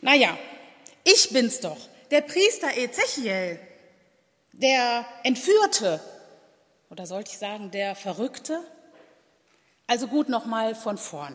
Naja, ich bin's doch, der Priester Ezechiel, der Entführte, oder sollte ich sagen, der Verrückte? Also gut, nochmal von vorn.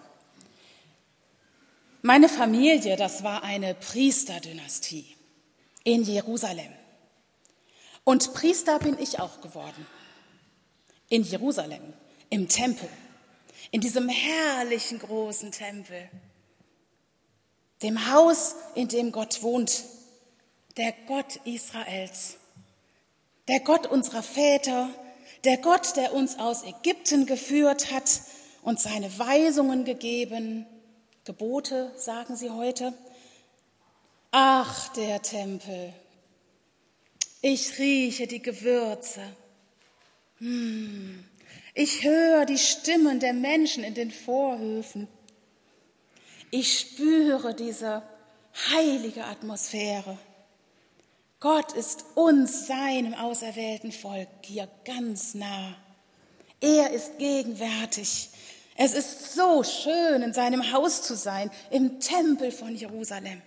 Meine Familie, das war eine Priesterdynastie in Jerusalem. Und Priester bin ich auch geworden. In Jerusalem, im Tempel, in diesem herrlichen großen Tempel, dem Haus, in dem Gott wohnt, der Gott Israels, der Gott unserer Väter, der Gott, der uns aus Ägypten geführt hat und seine Weisungen gegeben, Gebote, sagen sie heute. Ach, der Tempel, ich rieche die Gewürze. Ich höre die Stimmen der Menschen in den Vorhöfen. Ich spüre diese heilige Atmosphäre. Gott ist uns, seinem auserwählten Volk, hier ganz nah. Er ist gegenwärtig. Es ist so schön, in seinem Haus zu sein, im Tempel von Jerusalem.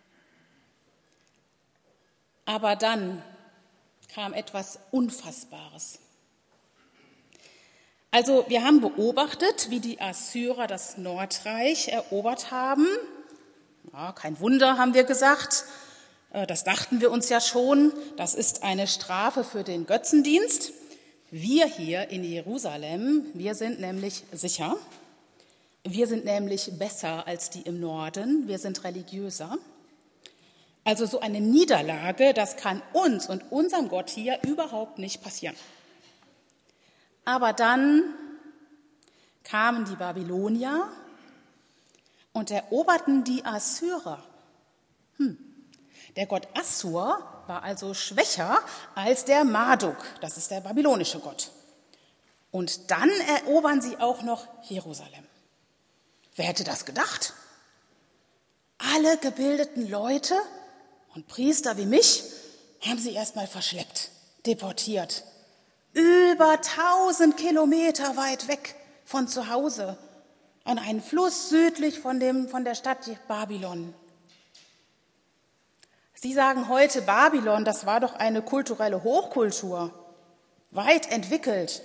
Aber dann kam etwas Unfassbares. Also wir haben beobachtet, wie die Assyrer das Nordreich erobert haben. Ja, kein Wunder, haben wir gesagt. Das dachten wir uns ja schon. Das ist eine Strafe für den Götzendienst. Wir hier in Jerusalem, wir sind nämlich sicher. Wir sind nämlich besser als die im Norden. Wir sind religiöser. Also so eine Niederlage, das kann uns und unserem Gott hier überhaupt nicht passieren. Aber dann kamen die Babylonier und eroberten die Assyrer. Der Gott Assur war also schwächer als der Marduk, das ist der babylonische Gott. Und dann erobern sie auch noch Jerusalem. Wer hätte das gedacht? Alle gebildeten Leute und Priester wie mich haben sie erstmal verschleppt, deportiert. Über 1000 Kilometer weit weg von zu Hause, an einen Fluss südlich von der Stadt Babylon. Sie sagen heute, Babylon, das war doch eine kulturelle Hochkultur, weit entwickelt.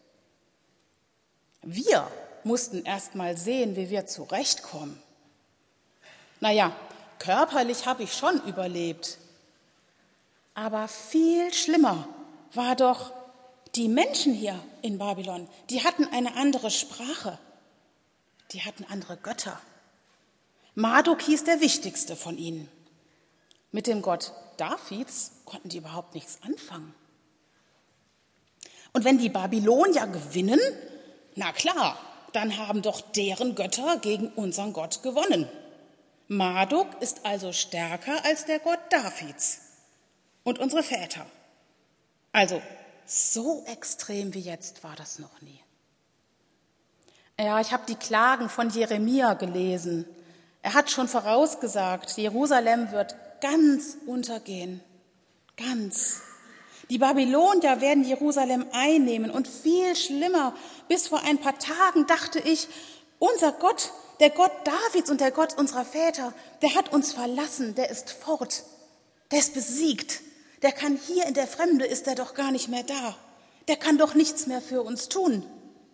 Wir mussten erst mal sehen, wie wir zurechtkommen. Naja, körperlich habe ich schon überlebt. Aber viel schlimmer war doch, die Menschen hier in Babylon, die hatten eine andere Sprache. Die hatten andere Götter. Marduk hieß der wichtigste von ihnen. Mit dem Gott Davids konnten die überhaupt nichts anfangen. Und wenn die Babylonier gewinnen, na klar, dann haben doch deren Götter gegen unseren Gott gewonnen. Marduk ist also stärker als der Gott Davids und unsere Väter. Also so extrem wie jetzt war das noch nie. Ja, ich habe die Klagen von Jeremia gelesen. Er hat schon vorausgesagt, Jerusalem wird ganz untergehen. Ganz. Die Babylonier werden Jerusalem einnehmen und viel schlimmer. Bis vor ein paar Tagen dachte ich, unser Gott, der Gott Davids und der Gott unserer Väter, der hat uns verlassen, der ist fort, der ist besiegt. Der kann hier in der Fremde, ist er doch gar nicht mehr da. Der kann doch nichts mehr für uns tun.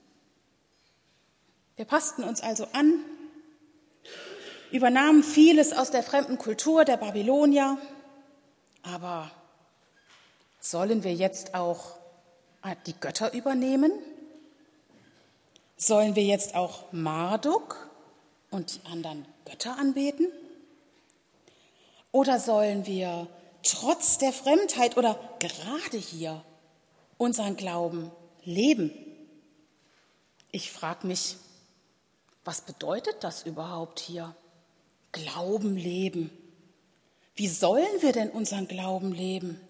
Wir passten uns also an, übernahmen vieles aus der fremden Kultur der Babylonier. Aber sollen wir jetzt auch die Götter übernehmen? Sollen wir jetzt auch Marduk und die anderen Götter anbeten? Oder sollen wir trotz der Fremdheit oder gerade hier unseren Glauben leben? Ich frage mich, was bedeutet das überhaupt hier? Glauben leben. Wie sollen wir denn unseren Glauben leben?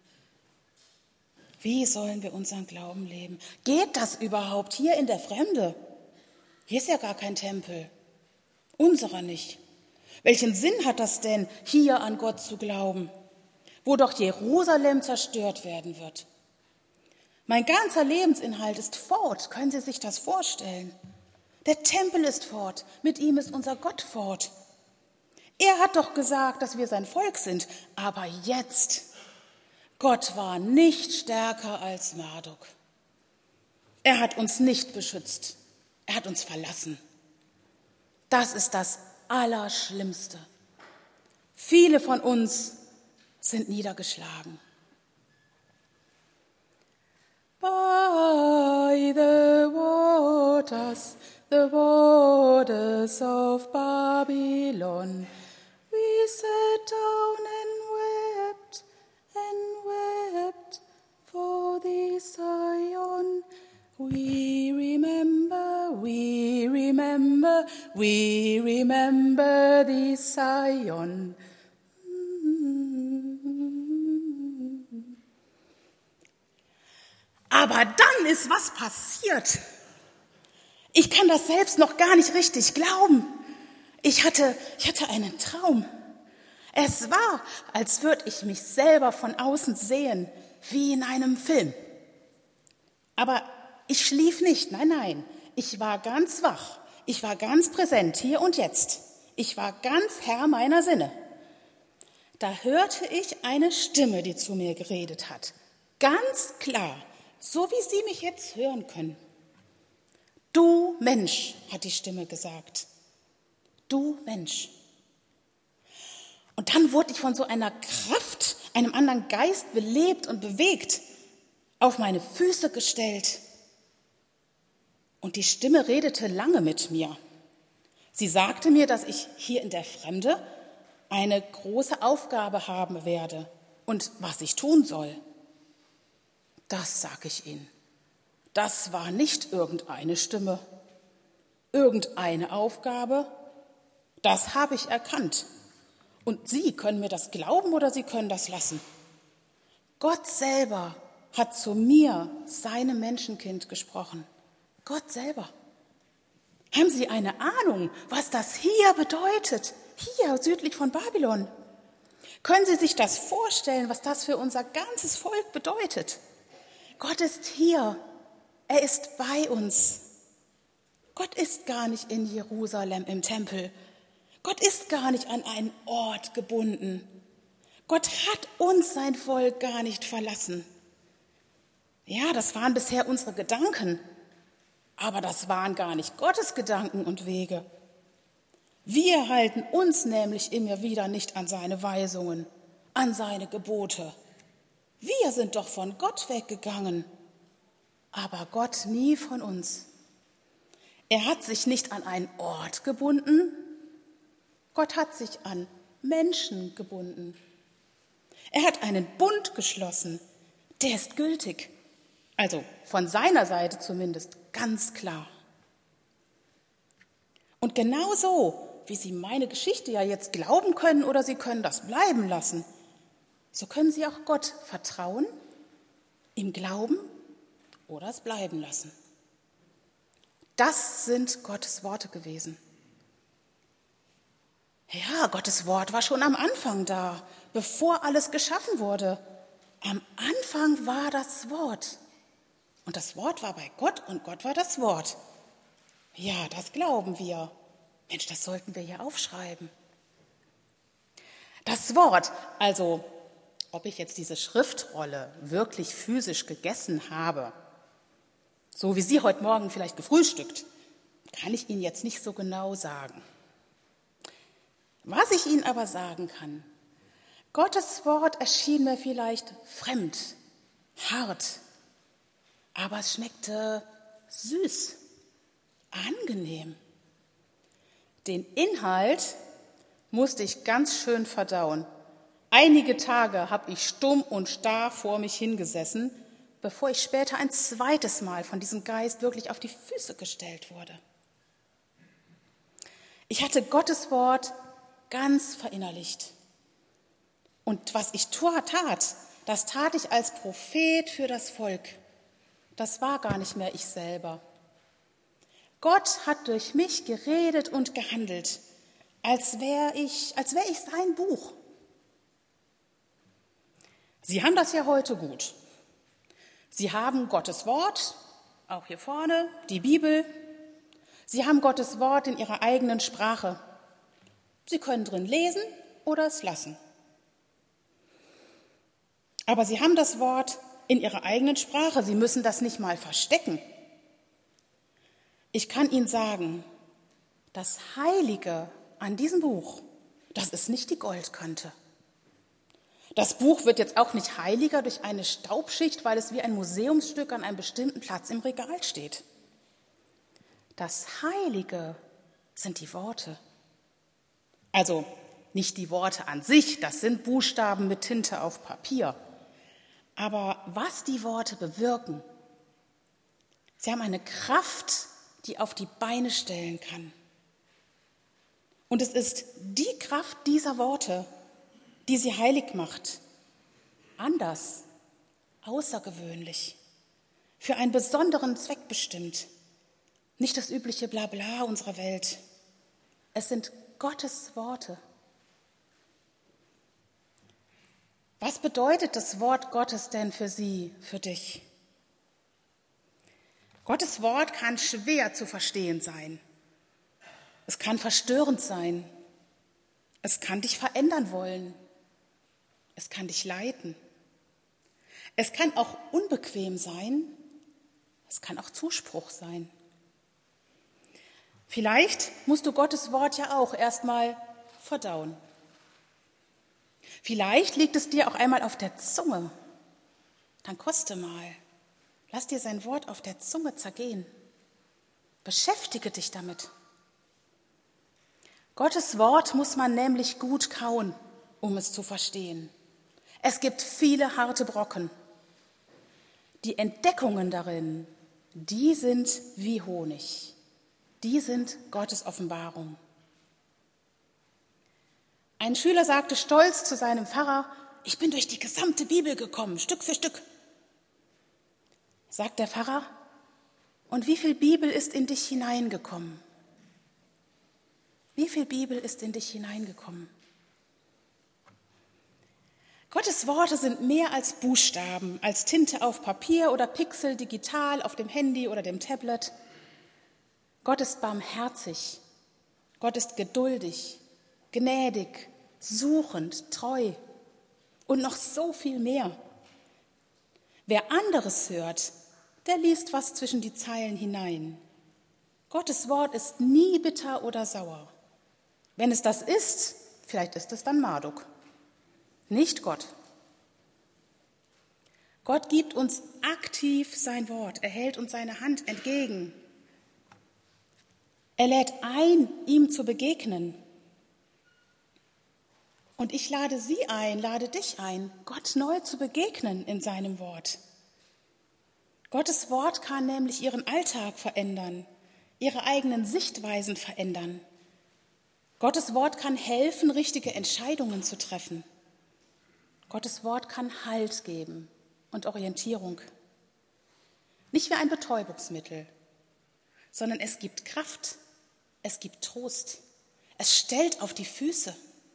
Wie sollen wir unseren Glauben leben? Geht das überhaupt hier in der Fremde? Hier ist ja gar kein Tempel. Unserer nicht. Welchen Sinn hat das denn, hier an Gott zu glauben, wo doch Jerusalem zerstört werden wird? Mein ganzer Lebensinhalt ist fort. Können Sie sich das vorstellen? Der Tempel ist fort. Mit ihm ist unser Gott fort. Er hat doch gesagt, dass wir sein Volk sind. Aber jetzt, Gott war nicht stärker als Marduk. Er hat uns nicht beschützt. Er hat uns verlassen. Das ist das Allerschlimmste. Viele von uns sind niedergeschlagen. By the waters of Babylon, we sat down and wept for the Zion. We remember the Zion. Aber dann ist was passiert. Ich kann das selbst noch gar nicht richtig glauben. Ich hatte einen Traum. Es war, als würde ich mich selber von außen sehen, wie in einem Film. Aber ich schlief nicht, nein, ich war ganz wach. Ich war ganz präsent, hier und jetzt. Ich war ganz Herr meiner Sinne. Da hörte ich eine Stimme, die zu mir geredet hat. Ganz klar, so wie Sie mich jetzt hören können. Du Mensch, hat die Stimme gesagt. Du Mensch. Und dann wurde ich von so einer Kraft, einem anderen Geist belebt und bewegt, auf meine Füße gestellt. Und die Stimme redete lange mit mir. Sie sagte mir, dass ich hier in der Fremde eine große Aufgabe haben werde und was ich tun soll. Das sage ich Ihnen. Das war nicht irgendeine Stimme, irgendeine Aufgabe. Das habe ich erkannt. Und Sie können mir das glauben oder Sie können das lassen. Gott selber hat zu mir, seinem Menschenkind, gesprochen. Gott selber. Haben Sie eine Ahnung, was das hier bedeutet? Hier, südlich von Babylon. Können Sie sich das vorstellen, was das für unser ganzes Volk bedeutet? Gott ist hier. Er ist bei uns. Gott ist gar nicht in Jerusalem im Tempel. Gott ist gar nicht an einen Ort gebunden. Gott hat uns, sein Volk, gar nicht verlassen. Ja, das waren bisher unsere Gedanken, aber das waren gar nicht Gottes Gedanken und Wege. Wir halten uns nämlich immer wieder nicht an seine Weisungen, an seine Gebote. Wir sind doch von Gott weggegangen, aber Gott nie von uns. Er hat sich nicht an einen Ort gebunden, Gott hat sich an Menschen gebunden. Er hat einen Bund geschlossen, der ist gültig. Also von seiner Seite zumindest ganz klar. Und genau so, wie Sie meine Geschichte ja jetzt glauben können oder Sie können das bleiben lassen, so können Sie auch Gott vertrauen, ihm glauben oder es bleiben lassen. Das sind Gottes Worte gewesen. Ja, Gottes Wort war schon am Anfang da, bevor alles geschaffen wurde. Am Anfang war das Wort. Und das Wort war bei Gott und Gott war das Wort. Ja, das glauben wir. Mensch, das sollten wir hier aufschreiben. Das Wort, also ob ich jetzt diese Schriftrolle wirklich physisch gegessen habe, so wie Sie heute Morgen vielleicht gefrühstückt, kann ich Ihnen jetzt nicht so genau sagen. Was ich Ihnen aber sagen kann, Gottes Wort erschien mir vielleicht fremd, hart, aber es schmeckte süß, angenehm. Den Inhalt musste ich ganz schön verdauen. Einige Tage habe ich stumm und starr vor mich hingesessen, bevor ich später ein zweites Mal von diesem Geist wirklich auf die Füße gestellt wurde. Ich hatte Gottes Wort ganz verinnerlicht. Und was ich tat, das tat ich als Prophet für das Volk. Das war gar nicht mehr ich selber. Gott hat durch mich geredet und gehandelt, als wäre ich sein Buch. Sie haben das ja heute gut. Sie haben Gottes Wort, auch hier vorne, die Bibel. Sie haben Gottes Wort in ihrer eigenen Sprache. Sie können drin lesen oder es lassen. Aber Sie haben das Wort in Ihrer eigenen Sprache. Sie müssen das nicht mal verstecken. Ich kann Ihnen sagen, das Heilige an diesem Buch, das ist nicht die Goldkante. Das Buch wird jetzt auch nicht heiliger durch eine Staubschicht, weil es wie ein Museumsstück an einem bestimmten Platz im Regal steht. Das Heilige sind die Worte. Also nicht die Worte an sich, das sind Buchstaben mit Tinte auf Papier. Aber was die Worte bewirken, sie haben eine Kraft, die auf die Beine stellen kann. Und es ist die Kraft dieser Worte, die sie heilig macht. Anders, außergewöhnlich, für einen besonderen Zweck bestimmt. Nicht das übliche Blabla unserer Welt. Es sind Gottes Worte. Was bedeutet das Wort Gottes denn für Sie, für dich? Gottes Wort kann schwer zu verstehen sein. Es kann verstörend sein. Es kann dich verändern wollen. Es kann dich leiten. Es kann auch unbequem sein. Es kann auch Zuspruch sein. Vielleicht musst du Gottes Wort ja auch erstmal verdauen. Vielleicht liegt es dir auch einmal auf der Zunge. Dann koste mal. Lass dir sein Wort auf der Zunge zergehen. Beschäftige dich damit. Gottes Wort muss man nämlich gut kauen, um es zu verstehen. Es gibt viele harte Brocken. Die Entdeckungen darin, die sind wie Honig. Die sind Gottes Offenbarung. Ein Schüler sagte stolz zu seinem Pfarrer, ich bin durch die gesamte Bibel gekommen, Stück für Stück. Sagt der Pfarrer, und wie viel Bibel ist in dich hineingekommen? Wie viel Bibel ist in dich hineingekommen? Gottes Worte sind mehr als Buchstaben, als Tinte auf Papier oder Pixel digital auf dem Handy oder dem Tablet. Gott ist barmherzig, Gott ist geduldig, gnädig, suchend, treu und noch so viel mehr. Wer anderes hört, der liest was zwischen die Zeilen hinein. Gottes Wort ist nie bitter oder sauer. Wenn es das ist, vielleicht ist es dann Marduk, nicht Gott. Gott gibt uns aktiv sein Wort, er hält uns seine Hand entgegen. Er lädt ein, ihm zu begegnen. Und ich lade Sie ein, lade dich ein, Gott neu zu begegnen in seinem Wort. Gottes Wort kann nämlich Ihren Alltag verändern, Ihre eigenen Sichtweisen verändern. Gottes Wort kann helfen, richtige Entscheidungen zu treffen. Gottes Wort kann Halt geben und Orientierung. Nicht wie ein Betäubungsmittel, sondern es gibt Kraft, es gibt Trost, es stellt auf die Füße.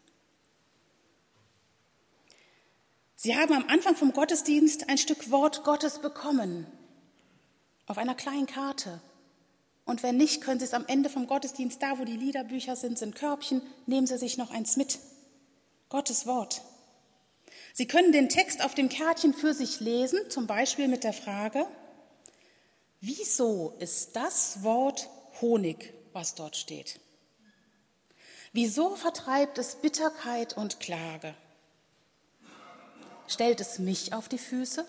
Sie haben am Anfang vom Gottesdienst ein Stück Wort Gottes bekommen, auf einer kleinen Karte. Und wenn nicht, können Sie es am Ende vom Gottesdienst, da wo die Liederbücher sind Körbchen, nehmen Sie sich noch eins mit. Gottes Wort. Sie können den Text auf dem Kärtchen für sich lesen, zum Beispiel mit der Frage, wieso ist das Wort Honig, was dort steht? Wieso vertreibt es Bitterkeit und Klage? Stellt es mich auf die Füße?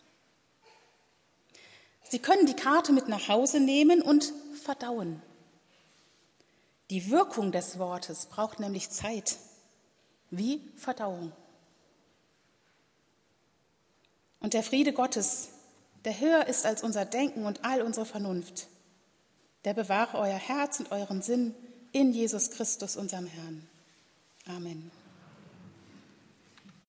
Sie können die Karte mit nach Hause nehmen und verdauen. Die Wirkung des Wortes braucht nämlich Zeit, wie Verdauung. Und der Friede Gottes, der höher ist als unser Denken und all unsere Vernunft, der bewahre euer Herz und euren Sinn in Jesus Christus, unserem Herrn. Amen.